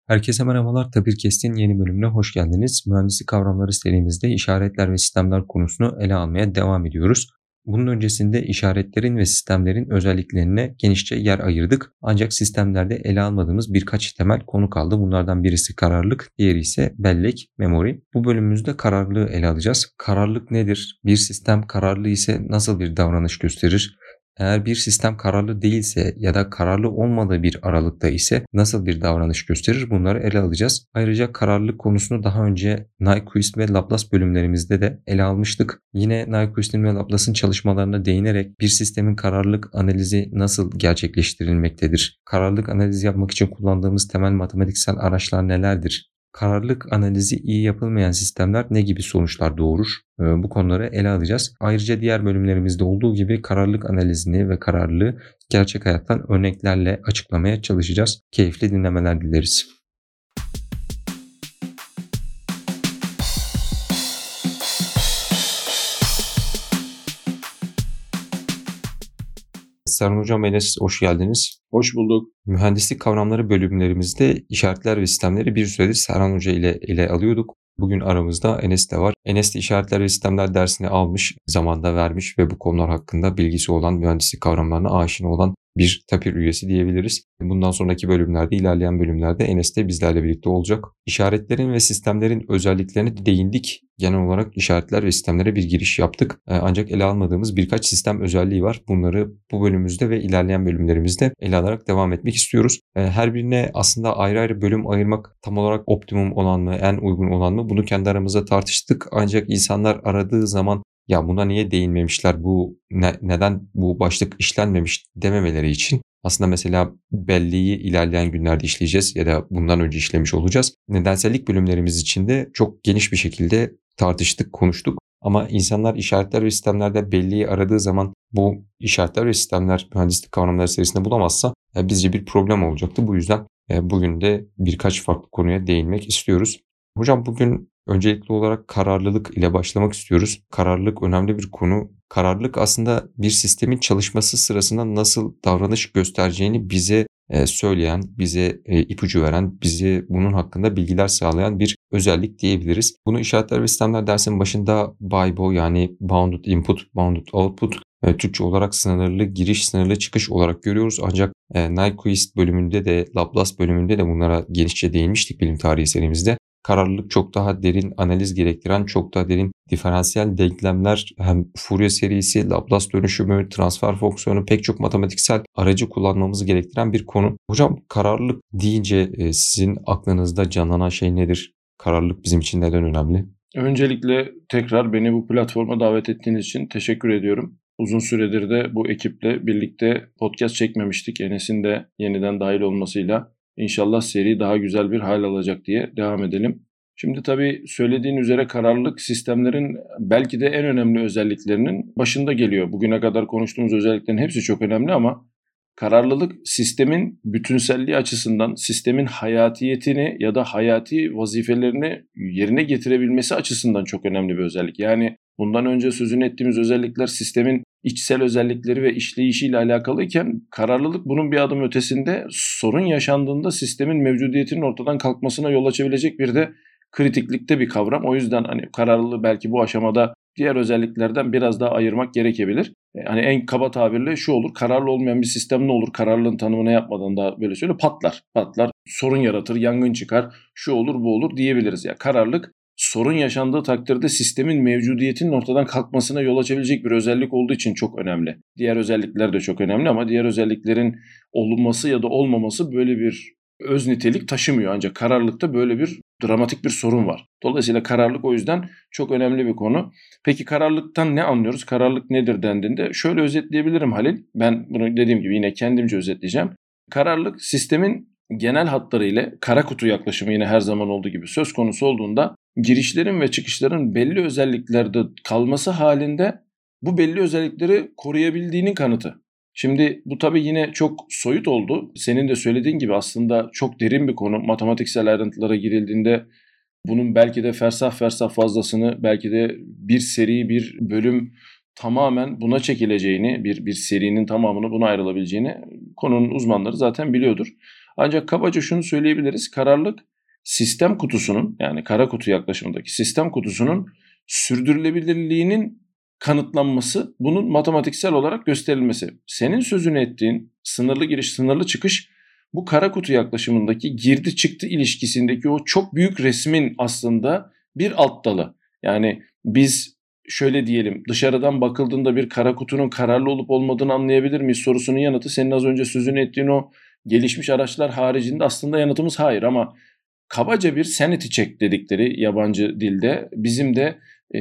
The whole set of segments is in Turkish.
Herkese merhabalar. Tabirkest'in yeni bölümüne hoş geldiniz. Mühendislik kavramları serimizde işaretler ve sistemler konusunu ele almaya devam ediyoruz. Bunun öncesinde işaretlerin ve sistemlerin özelliklerine genişçe yer ayırdık. Ancak sistemlerde ele almadığımız birkaç temel konu kaldı. Bunlardan birisi kararlılık, diğeri ise bellek, memory. Bu bölümümüzde kararlılığı ele alacağız. Kararlılık nedir? Bir sistem kararlı ise nasıl bir davranış gösterir? Eğer bir sistem kararlı değilse ya da kararlı olmadığı bir aralıkta ise nasıl bir davranış gösterir, bunları ele alacağız. Ayrıca kararlılık konusunu daha önce Nyquist ve Laplace bölümlerimizde de ele almıştık. Yine Nyquist'in ve Laplace'ın çalışmalarına değinerek bir sistemin kararlılık analizi nasıl gerçekleştirilmektedir? Kararlılık analizi yapmak için kullandığımız temel matematiksel araçlar nelerdir? Kararlılık analizi iyi yapılmayan sistemler ne gibi sonuçlar doğurur? Bu konuları ele alacağız. Ayrıca diğer bölümlerimizde olduğu gibi kararlılık analizini ve kararlılığı gerçek hayattan örneklerle açıklamaya çalışacağız. Keyifli dinlemeler dileriz. Serhan Hocam, Enes, hoş geldiniz. Hoş bulduk. Mühendislik kavramları bölümlerimizde işaretler ve sistemleri bir süredir Serhan Hoca ile ele alıyorduk. Bugün aramızda Enes de var. Enes de işaretler ve sistemler dersini almış, zamanda vermiş ve bu konular hakkında bilgisi olan, mühendislik kavramlarına aşina olan bir tapir üyesi diyebiliriz. Bundan sonraki bölümlerde, ilerleyen bölümlerde Enes de bizlerle birlikte olacak. İşaretlerin ve sistemlerin özelliklerine değindik. Genel olarak işaretler ve sistemlere bir giriş yaptık. Ancak ele almadığımız birkaç sistem özelliği var. Bunları bu bölümümüzde ve ilerleyen bölümlerimizde ele alarak devam etmek istiyoruz. Her birine aslında ayrı ayrı bölüm ayırmak tam olarak optimum olan mı, en uygun olan mı? Bunu kendi aramızda tartıştık. Ancak insanlar aradığı zaman ya buna niye değinmemişler, neden bu başlık işlenmemiş dememeleri için aslında mesela belleği ilerleyen günlerde işleyeceğiz ya da bundan önce işlemiş olacağız. Nedensellik bölümlerimiz için de çok geniş bir şekilde tartıştık, konuştuk. Ama insanlar işaretler ve sistemlerde belleği aradığı zaman bu işaretler ve sistemler mühendislik kavramları serisinde bulamazsa bizce bir problem olacaktı. Bu yüzden bugün de birkaç farklı konuya değinmek istiyoruz. Hocam, bugün öncelikli olarak kararlılık ile başlamak istiyoruz. Kararlılık önemli bir konu. Kararlılık aslında bir sistemin çalışması sırasında nasıl davranış göstereceğini bize söyleyen, bize ipucu veren, bize bunun hakkında bilgiler sağlayan bir özellik diyebiliriz. Bunu işaretler ve sistemler dersinin başında BIBO, yani Bounded Input, Bounded Output, Türkçe olarak sınırlı giriş, sınırlı çıkış olarak görüyoruz. Ancak Nyquist bölümünde de, Laplace bölümünde de bunlara genişçe değinmiştik bilim tarihi serimizde. Kararlılık çok daha derin analiz gerektiren, çok daha derin diferansiyel denklemler, hem Fourier serisi, Laplace dönüşümü, transfer fonksiyonu, pek çok matematiksel aracı kullanmamızı gerektiren bir konu. Hocam, kararlılık deyince sizin aklınızda canlanan şey nedir? Kararlılık bizim için neden önemli? Öncelikle tekrar beni bu platforma davet ettiğiniz için teşekkür ediyorum. Uzun süredir de bu ekiple birlikte podcast çekmemiştik. Enes'in de yeniden dahil olmasıyla İnşallah seri daha güzel bir hal alacak diye devam edelim. Şimdi tabii söylediğin üzere kararlılık sistemlerin belki de en önemli özelliklerinin başında geliyor. Bugüne kadar konuştuğumuz özelliklerin hepsi çok önemli ama kararlılık sistemin bütünselliği açısından sistemin hayatiyetini ya da hayati vazifelerini yerine getirebilmesi açısından çok önemli bir özellik. Yani bundan önce sözünü ettiğimiz özellikler sistemin içsel özellikleri ve işleyişiyle alakalıyken kararlılık bunun bir adım ötesinde, sorun yaşandığında sistemin mevcudiyetinin ortadan kalkmasına yol açabilecek bir de kritiklikte bir kavram. O yüzden kararlılığı belki bu aşamada diğer özelliklerden biraz daha ayırmak gerekebilir. En kaba tabirle şu olur: kararlı olmayan bir sistem ne olur? Kararlılığın tanımını yapmadan da böyle söyle, patlar, sorun yaratır, yangın çıkar, şu olur bu olur diyebiliriz. Ya kararlılık sorun yaşandığı takdirde sistemin mevcudiyetinin ortadan kalkmasına yol açabilecek bir özellik olduğu için çok önemli. Diğer özellikler de çok önemli ama diğer özelliklerin olunması ya da olmaması böyle bir öz nitelik taşımıyor. Ancak kararlılıkta böyle bir dramatik bir sorun var. Dolayısıyla kararlılık o yüzden çok önemli bir konu. Peki kararlılıktan ne anlıyoruz? Kararlılık nedir dendiğinde şöyle özetleyebilirim Halil. Ben bunu dediğim gibi yine kendimce özetleyeceğim. Kararlılık sistemin genel hatlarıyla kara kutu yaklaşımı, yine her zaman olduğu gibi söz konusu olduğunda girişlerin ve çıkışların belli özelliklerde kalması halinde bu belli özellikleri koruyabildiğinin kanıtı. Şimdi bu tabii yine çok soyut oldu. Senin de söylediğin gibi aslında çok derin bir konu. Matematiksel ayrıntılara girildiğinde bunun belki de fersah fazlasını, belki de bir seri, bir bölüm tamamen buna çekileceğini, bir serinin tamamını buna ayrılabileceğini konunun uzmanları zaten biliyordur. Ancak kabaca şunu söyleyebiliriz. Kararlılık sistem kutusunun, yani kara kutu yaklaşımındaki sistem kutusunun sürdürülebilirliğinin kanıtlanması, bunun matematiksel olarak gösterilmesi. Senin sözünü ettiğin sınırlı giriş, sınırlı çıkış, bu kara kutu yaklaşımındaki girdi çıktı ilişkisindeki o çok büyük resmin aslında bir alt dalı. Yani biz şöyle diyelim, dışarıdan bakıldığında bir kara kutunun kararlı olup olmadığını anlayabilir miyiz sorusunun yanıtı, senin az önce sözünü ettiğin o gelişmiş araçlar haricinde aslında yanıtımız hayır. Ama kabaca bir sanity check dedikleri yabancı dilde, bizim de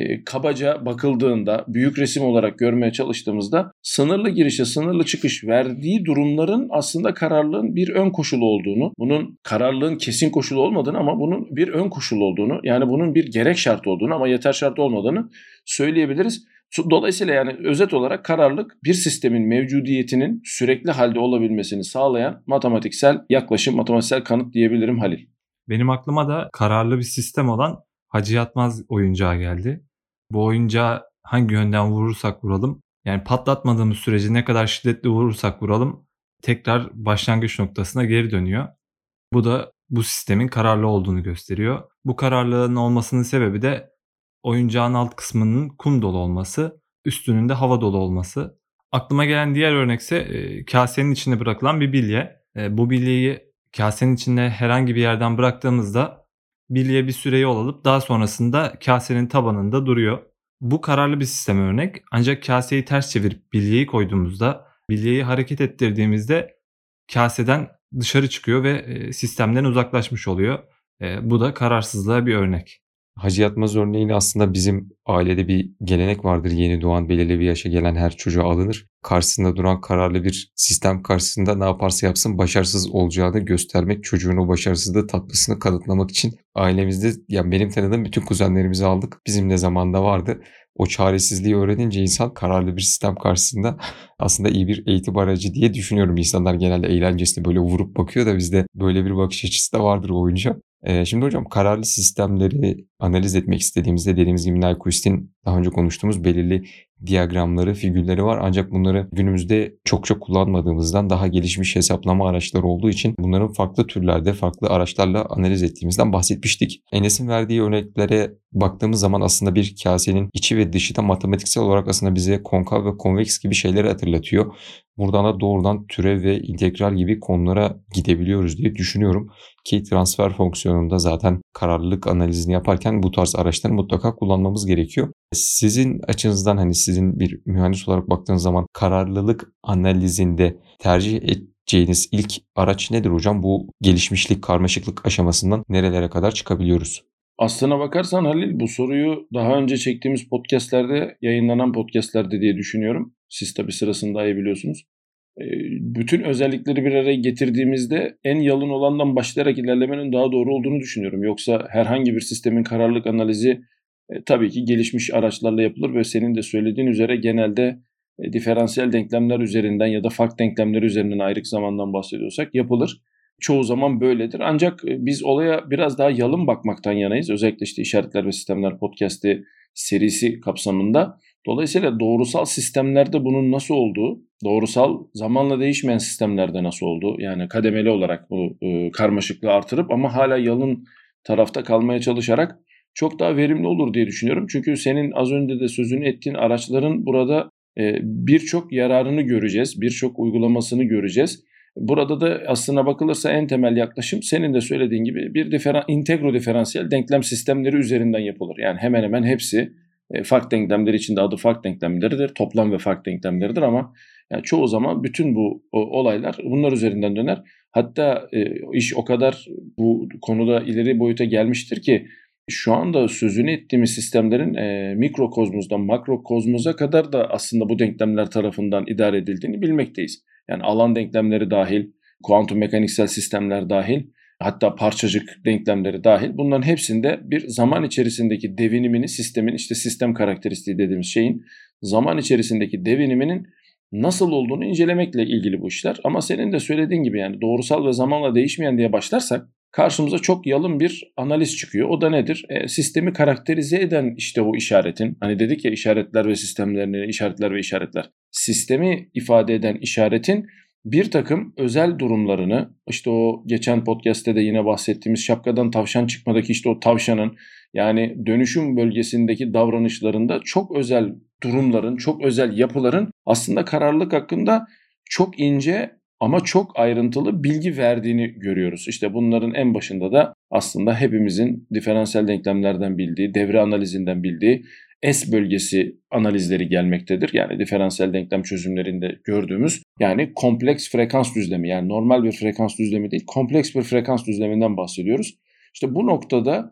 kabaca bakıldığında, büyük resim olarak görmeye çalıştığımızda sınırlı girişe sınırlı çıkış verdiği durumların aslında kararlılığın bir ön koşulu olduğunu, bunun kararlılığın kesin koşulu olmadığını ama bunun bir ön koşulu olduğunu, yani bunun bir gerek şart olduğunu ama yeter şart olmadığını söyleyebiliriz. Dolayısıyla yani özet olarak kararlılık bir sistemin mevcudiyetinin sürekli halde olabilmesini sağlayan matematiksel yaklaşım, matematiksel kanıt diyebilirim Halil. Benim aklıma da kararlı bir sistem olan Hacı Yatmaz oyuncağı geldi. Bu oyuncağı hangi yönden vurursak vuralım, yani patlatmadığımız sürece ne kadar şiddetli vurursak vuralım tekrar başlangıç noktasına geri dönüyor. Bu da bu sistemin kararlı olduğunu gösteriyor. Bu kararlılığın olmasının sebebi de oyuncağın alt kısmının kum dolu olması, üstünün de hava dolu olması. Aklıma gelen diğer örnekse kasenin içine bırakılan bir bilye. Bu bilyeyi kasenin içine herhangi bir yerden bıraktığımızda bilye bir süre yol alıp daha sonrasında kasenin tabanında duruyor. Bu kararlı bir sisteme örnek. Ancak kaseyi ters çevirip bilyeyi koyduğumuzda, bilyeyi hareket ettirdiğimizde kaseden dışarı çıkıyor ve sistemden uzaklaşmış oluyor. Bu da kararsızlığa bir örnek. Hacı Yatmaz örneğini aslında bizim ailede bir gelenek vardır. Yeni doğan belirli bir yaşa gelen her çocuğa alınır. Karşısında duran kararlı bir sistem karşısında ne yaparsa yapsın başarısız olacağını göstermek, çocuğun o başarısızlığı tatlısını kanıtlamak için ailemizde, yani benim tanıdığım bütün kuzenlerimizi aldık. Bizim de zamanında vardı. O çaresizliği öğrenince insan kararlı bir sistem karşısında aslında iyi bir eğitim aracı diye düşünüyorum. İnsanlar genelde eğlencesine böyle vurup bakıyor da bizde böyle bir bakış açısı da vardır o oyunca. Şimdi hocam kararlı sistemleri analiz etmek istediğimizde dediğimiz gibi Nyquist'in daha önce konuştuğumuz belirli diyagramları, figürleri var. Ancak bunları günümüzde çok kullanmadığımızdan daha gelişmiş hesaplama araçları olduğu için bunların farklı türlerde, farklı araçlarla analiz ettiğimizden bahsetmiştik. Enes'in verdiği örneklere baktığımız zaman aslında bir kasenin içi ve dışı da matematiksel olarak aslında bize konkav ve konveks gibi şeyleri hatırlatıyor. Buradan da doğrudan türev ve integral gibi konulara gidebiliyoruz diye düşünüyorum. Ki transfer fonksiyonunda zaten kararlılık analizini yaparken bu tarz araçları mutlaka kullanmamız gerekiyor. Sizin açınızdan, hani sizin bir mühendis olarak baktığınız zaman kararlılık analizinde tercih edeceğiniz ilk araç nedir hocam? Bu gelişmişlik, karmaşıklık aşamasından nerelere kadar çıkabiliyoruz? Aslına bakarsan Halil, bu soruyu daha önce çektiğimiz podcastlerde, yayınlanan podcastlerde diye düşünüyorum. Siz tabii sırasında iyi biliyorsunuz. Bütün özellikleri bir araya getirdiğimizde en yalın olandan başlayarak ilerlemenin daha doğru olduğunu düşünüyorum. Yoksa herhangi bir sistemin kararlılık analizi tabii ki gelişmiş araçlarla yapılır ve senin de söylediğin üzere genelde diferansiyel denklemler üzerinden ya da fark denklemleri üzerinden ayrık zamandan bahsediyorsak yapılır. Çoğu zaman böyledir. Ancak biz olaya biraz daha yalın bakmaktan yanayız. Özellikle işte işaretler ve sistemler podcast'i serisi kapsamında. Dolayısıyla doğrusal sistemlerde bunun nasıl olduğu, doğrusal zamanla değişmeyen sistemlerde nasıl olduğu, yani kademeli olarak bu karmaşıklığı artırıp ama hala yalın tarafta kalmaya çalışarak çok daha verimli olur diye düşünüyorum. Çünkü senin az önce de sözünü ettiğin araçların burada birçok yararını göreceğiz, birçok uygulamasını göreceğiz. Burada da aslına bakılırsa en temel yaklaşım senin de söylediğin gibi bir integro diferansiyel denklem sistemleri üzerinden yapılır. Yani hemen hemen hepsi fark denklemleri içinde adı fark denklemleridir. Toplam ve fark denklemleridir ama yani çoğu zaman bütün bu olaylar bunlar üzerinden döner. Hatta iş o kadar bu konuda ileri boyuta gelmiştir ki şu anda sözünü ettiğimiz sistemlerin mikrokozmozdan makrokozmoza kadar da aslında bu denklemler tarafından idare edildiğini bilmekteyiz. Yani alan denklemleri dahil, kuantum mekaniksel sistemler dahil, hatta parçacık denklemleri dahil, bunların hepsinde bir zaman içerisindeki devinimini, sistemin işte sistem karakteristiği dediğimiz şeyin zaman içerisindeki deviniminin nasıl olduğunu incelemekle ilgili bu işler. Ama senin de söylediğin gibi yani doğrusal ve zamanla değişmeyen diye başlarsak karşımıza çok yalın bir analiz çıkıyor. O da nedir? Sistemi karakterize eden işte o işaretin, hani dedik ya işaretler ve sistemlerini, işaretler ve işaretler. Sistemi ifade eden işaretin bir takım özel durumlarını, işte o geçen podcast'te de yine bahsettiğimiz şapkadan tavşan çıkmadaki işte o tavşanın, yani dönüşüm bölgesindeki davranışlarında çok özel durumların, çok özel yapıların aslında kararlılık hakkında çok ince ama çok ayrıntılı bilgi verdiğini görüyoruz. İşte bunların en başında da aslında hepimizin diferansiyel denklemlerden bildiği, devre analizinden bildiği S bölgesi analizleri gelmektedir. Yani diferansiyel denklem çözümlerinde gördüğümüz, yani kompleks frekans düzlemi, yani normal bir frekans düzlemi değil, kompleks bir frekans düzleminden bahsediyoruz. İşte bu noktada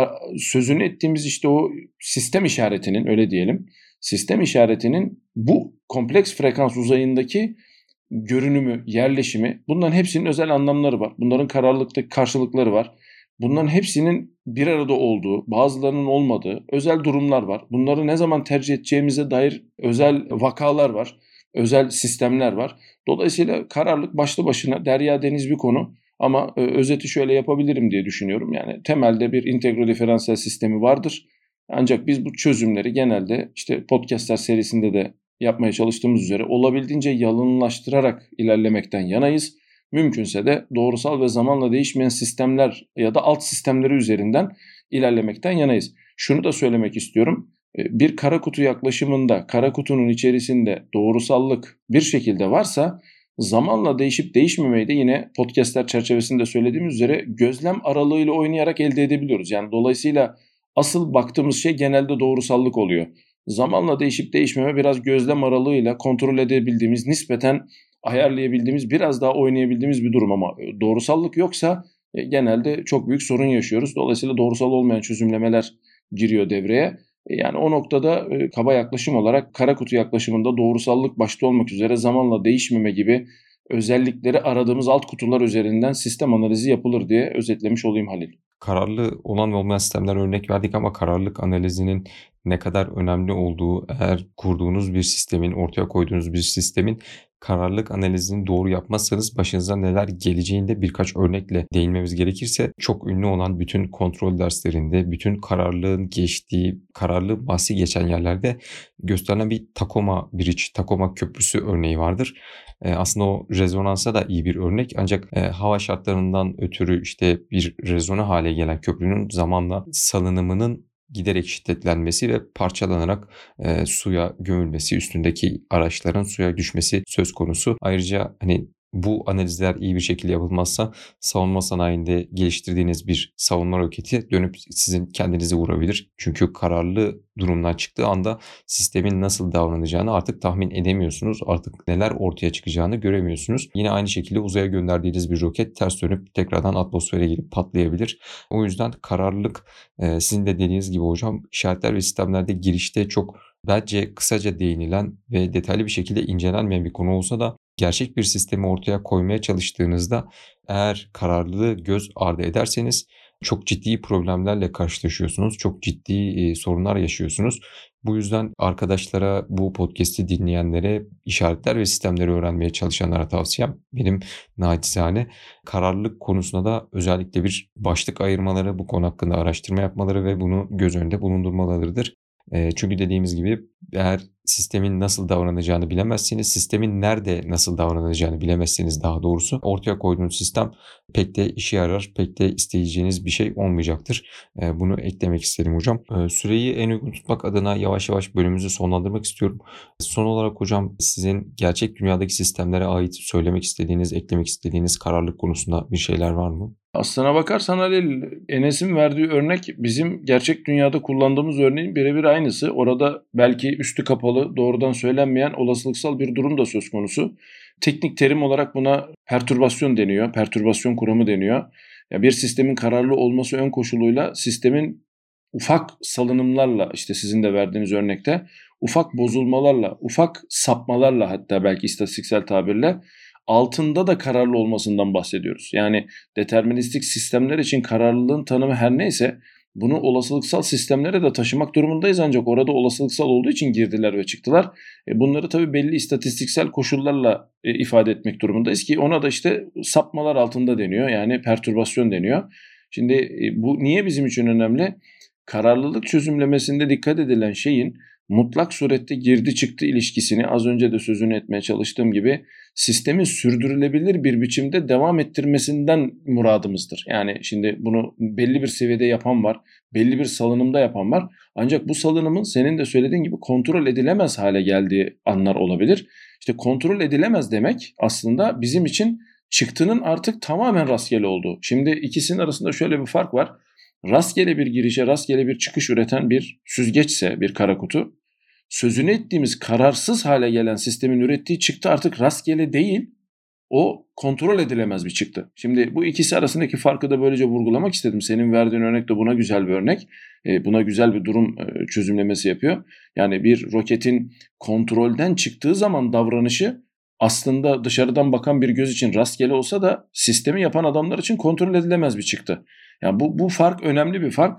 sözünü ettiğimiz işte o sistem işaretinin, öyle diyelim, sistem işaretinin bu kompleks frekans uzayındaki görünümü, yerleşimi, bunların hepsinin özel anlamları var. Bunların kararlılıktaki karşılıkları var. Bunların hepsinin bir arada olduğu, bazılarının olmadığı özel durumlar var. Bunları ne zaman tercih edeceğimize dair özel vakalar var, özel sistemler var. Dolayısıyla kararlılık başlı başına derya deniz bir konu. Ama özeti şöyle yapabilirim diye düşünüyorum. Yani temelde bir integral diferansiyel sistemi vardır. Ancak biz bu çözümleri genelde işte podcastler serisinde de yapmaya çalıştığımız üzere olabildiğince yalınlaştırarak ilerlemekten yanayız. Mümkünse de doğrusal ve zamanla değişmeyen sistemler ya da alt sistemleri üzerinden ilerlemekten yanayız. Şunu da söylemek istiyorum. Bir kara kutu yaklaşımında kara kutunun içerisinde doğrusallık bir şekilde varsa zamanla değişip değişmemeyi de yine podcastler çerçevesinde söylediğimiz üzere gözlem aralığıyla oynayarak elde edebiliyoruz. Yani dolayısıyla asıl baktığımız şey genelde doğrusallık oluyor. Zamanla değişip değişmeme biraz gözlem aralığıyla kontrol edebildiğimiz, nispeten ayarlayabildiğimiz, biraz daha oynayabildiğimiz bir durum ama doğrusallık yoksa genelde çok büyük sorun yaşıyoruz. Dolayısıyla doğrusal olmayan çözümlemeler giriyor devreye. Yani o noktada kaba yaklaşım olarak kara kutu yaklaşımında doğrusallık başta olmak üzere zamanla değişmeme gibi özellikleri aradığımız alt kutular üzerinden sistem analizi yapılır diye özetlemiş olayım Halil. Kararlı olan ve olmayan sistemler örnek verdik ama kararlılık analizinin ne kadar önemli olduğu, eğer kurduğunuz bir sistemin, ortaya koyduğunuz bir sistemin kararlılık analizini doğru yapmazsanız başınıza neler geleceğinde birkaç örnekle değinmemiz gerekirse, çok ünlü olan bütün kontrol derslerinde, bütün kararlılığın geçtiği, kararlılık bahsi geçen yerlerde gösterilen bir Takoma Bridge, Takoma Köprüsü örneği vardır. Aslında o rezonansa da iyi bir örnek, ancak hava şartlarından ötürü işte bir rezone hale gelen köprünün zamanla salınımının giderek şiddetlenmesi ve parçalanarak suya gömülmesi, üstündeki araçların suya düşmesi söz konusu. Ayrıca hani bu analizler iyi bir şekilde yapılmazsa savunma sanayinde geliştirdiğiniz bir savunma roketi dönüp sizin kendinizi vurabilir. Çünkü kararlı durumdan çıktığı anda sistemin nasıl davranacağını artık tahmin edemiyorsunuz. Artık neler ortaya çıkacağını göremiyorsunuz. Yine aynı şekilde uzaya gönderdiğiniz bir roket ters dönüp tekrardan atmosfere girip patlayabilir. O yüzden kararlılık, sizin de dediğiniz gibi hocam, işaretler ve sistemlerde girişte çok bence kısaca değinilen ve detaylı bir şekilde incelenmeyen bir konu olsa da gerçek bir sistemi ortaya koymaya çalıştığınızda eğer kararlılığı göz ardı ederseniz çok ciddi problemlerle karşılaşıyorsunuz. Çok ciddi sorunlar yaşıyorsunuz. Bu yüzden arkadaşlara, bu podcast'i dinleyenlere, işaretler ve sistemleri öğrenmeye çalışanlara tavsiyem benim naçizane kararlılık konusunda da özellikle bir başlık ayırmaları, bu konu hakkında araştırma yapmaları ve bunu göz önünde bulundurmalarıdır. Çünkü dediğimiz gibi eğer sistemin nasıl davranacağını bilemezseniz, sistemin nerede nasıl davranacağını bilemezseniz daha doğrusu ortaya koyduğunuz sistem pek de işe yarar, pek de isteyeceğiniz bir şey olmayacaktır. Bunu eklemek isterim hocam. Süreyi en uygun tutmak adına yavaş yavaş bölümümüzü sonlandırmak istiyorum. Son olarak hocam sizin gerçek dünyadaki sistemlere ait söylemek istediğiniz, eklemek istediğiniz kararlılık konusunda bir şeyler var mı? Aslına bakarsan Halil, Enes'in verdiği örnek bizim gerçek dünyada kullandığımız örneğin birebir aynısı. Orada belki üstü kapalı, doğrudan söylenmeyen olasılıksal bir durum da söz konusu. Teknik terim olarak buna pertürbasyon deniyor, pertürbasyon kuramı deniyor. Ya bir sistemin kararlı olması ön koşuluyla sistemin ufak salınımlarla, işte sizin de verdiğiniz örnekte ufak bozulmalarla, ufak sapmalarla, hatta belki istatistiksel tabirle altında da kararlı olmasından bahsediyoruz. Yani deterministik sistemler için kararlılığın tanımı her neyse bunu olasılıksal sistemlere de taşımak durumundayız, ancak orada olasılıksal olduğu için girdiler ve çıktılar. Bunları tabii belli istatistiksel koşullarla ifade etmek durumundayız ki ona da işte sapmalar altında deniyor, yani pertürbasyon deniyor. Şimdi bu niye bizim için önemli? Kararlılık çözümlemesinde dikkat edilen şeyin mutlak surette girdi çıktı ilişkisini az önce de sözünü etmeye çalıştığım gibi sistemin sürdürülebilir bir biçimde devam ettirmesinden muradımızdır. Yani şimdi bunu belli bir seviyede yapan var, belli bir salınımda yapan var. Ancak bu salınımın senin de söylediğin gibi kontrol edilemez hale geldiği anlar olabilir. İşte kontrol edilemez demek aslında bizim için çıktının artık tamamen rastgele olduğu. Şimdi ikisinin arasında şöyle bir fark var. Rastgele bir girişe, rastgele bir çıkış üreten bir süzgeçse, bir kara kutu, sözünü ettiğimiz kararsız hale gelen sistemin ürettiği çıktı artık rastgele değil, o kontrol edilemez bir çıktı. Şimdi bu ikisi arasındaki farkı da böylece vurgulamak istedim. Senin verdiğin örnek de buna güzel bir örnek. Buna güzel bir durum çözümlemesi yapıyor. Yani bir roketin kontrolden çıktığı zaman davranışı aslında dışarıdan bakan bir göz için rastgele olsa da sistemi yapan adamlar için kontrol edilemez bir çıktı. Yani bu fark önemli bir fark.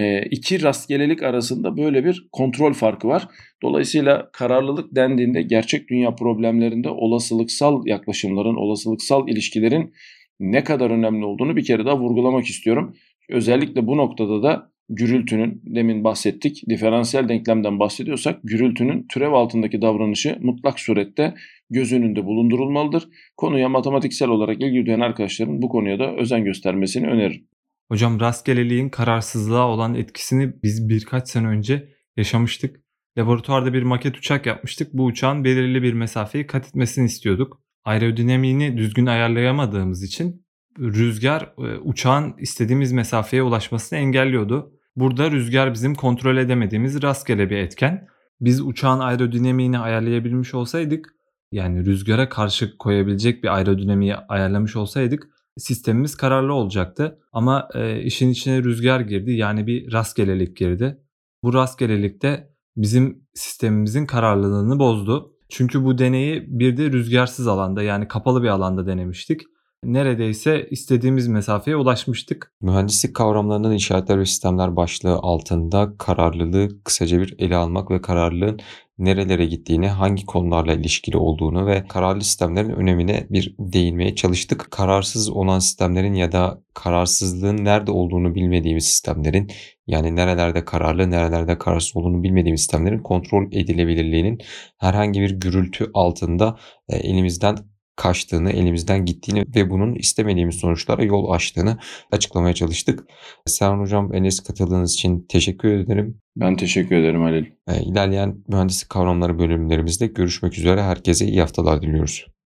İki rastgelelik arasında böyle bir kontrol farkı var. Dolayısıyla kararlılık dendiğinde gerçek dünya problemlerinde olasılıksal yaklaşımların, olasılıksal ilişkilerin ne kadar önemli olduğunu bir kere daha vurgulamak istiyorum. Özellikle bu noktada da gürültünün, demin bahsettik, diferansiyel denklemden bahsediyorsak gürültünün türev altındaki davranışı mutlak surette göz önünde bulundurulmalıdır. Konuya matematiksel olarak ilgi duyan arkadaşların bu konuya da özen göstermesini öneririm. Hocam rastgeleliğin kararsızlığa olan etkisini biz birkaç sene önce yaşamıştık. Laboratuvarda bir maket uçak yapmıştık. Bu uçağın belirli bir mesafeyi kat etmesini istiyorduk. Aerodinamiğini düzgün ayarlayamadığımız için rüzgar uçağın istediğimiz mesafeye ulaşmasını engelliyordu. Burada rüzgar bizim kontrol edemediğimiz rastgele bir etken. Biz uçağın aerodinamiğini ayarlayabilmiş olsaydık, yani rüzgara karşı koyabilecek bir aerodinamiği ayarlamış olsaydık sistemimiz kararlı olacaktı. Ama işin içine rüzgar girdi, yani bir rastgelelik girdi. Bu rastgelelik de bizim sistemimizin kararlılığını bozdu. Çünkü bu deneyi bir de rüzgarsız alanda, yani kapalı bir alanda denemiştik. Neredeyse istediğimiz mesafeye ulaşmıştık. Mühendislik kavramlarının işaretler ve sistemler başlığı altında kararlılığı kısaca bir ele almak ve kararlılığın nerelere gittiğini, hangi konularla ilişkili olduğunu ve kararlı sistemlerin önemine bir değinmeye çalıştık. Kararsız olan sistemlerin ya da kararsızlığın nerede olduğunu bilmediğimiz sistemlerin, yani nerelerde kararlı, nerelerde kararsız olduğunu bilmediğimiz sistemlerin kontrol edilebilirliğinin herhangi bir gürültü altında elimizden kaçtığını, elimizden gittiğini ve bunun istemediğimiz sonuçlara yol açtığını açıklamaya çalıştık. Serhan Hocam, Enes, katıldığınız için teşekkür ederim. Ben teşekkür ederim Halil. İlerleyen mühendislik kavramları bölümlerimizde görüşmek üzere. Herkese iyi haftalar diliyoruz.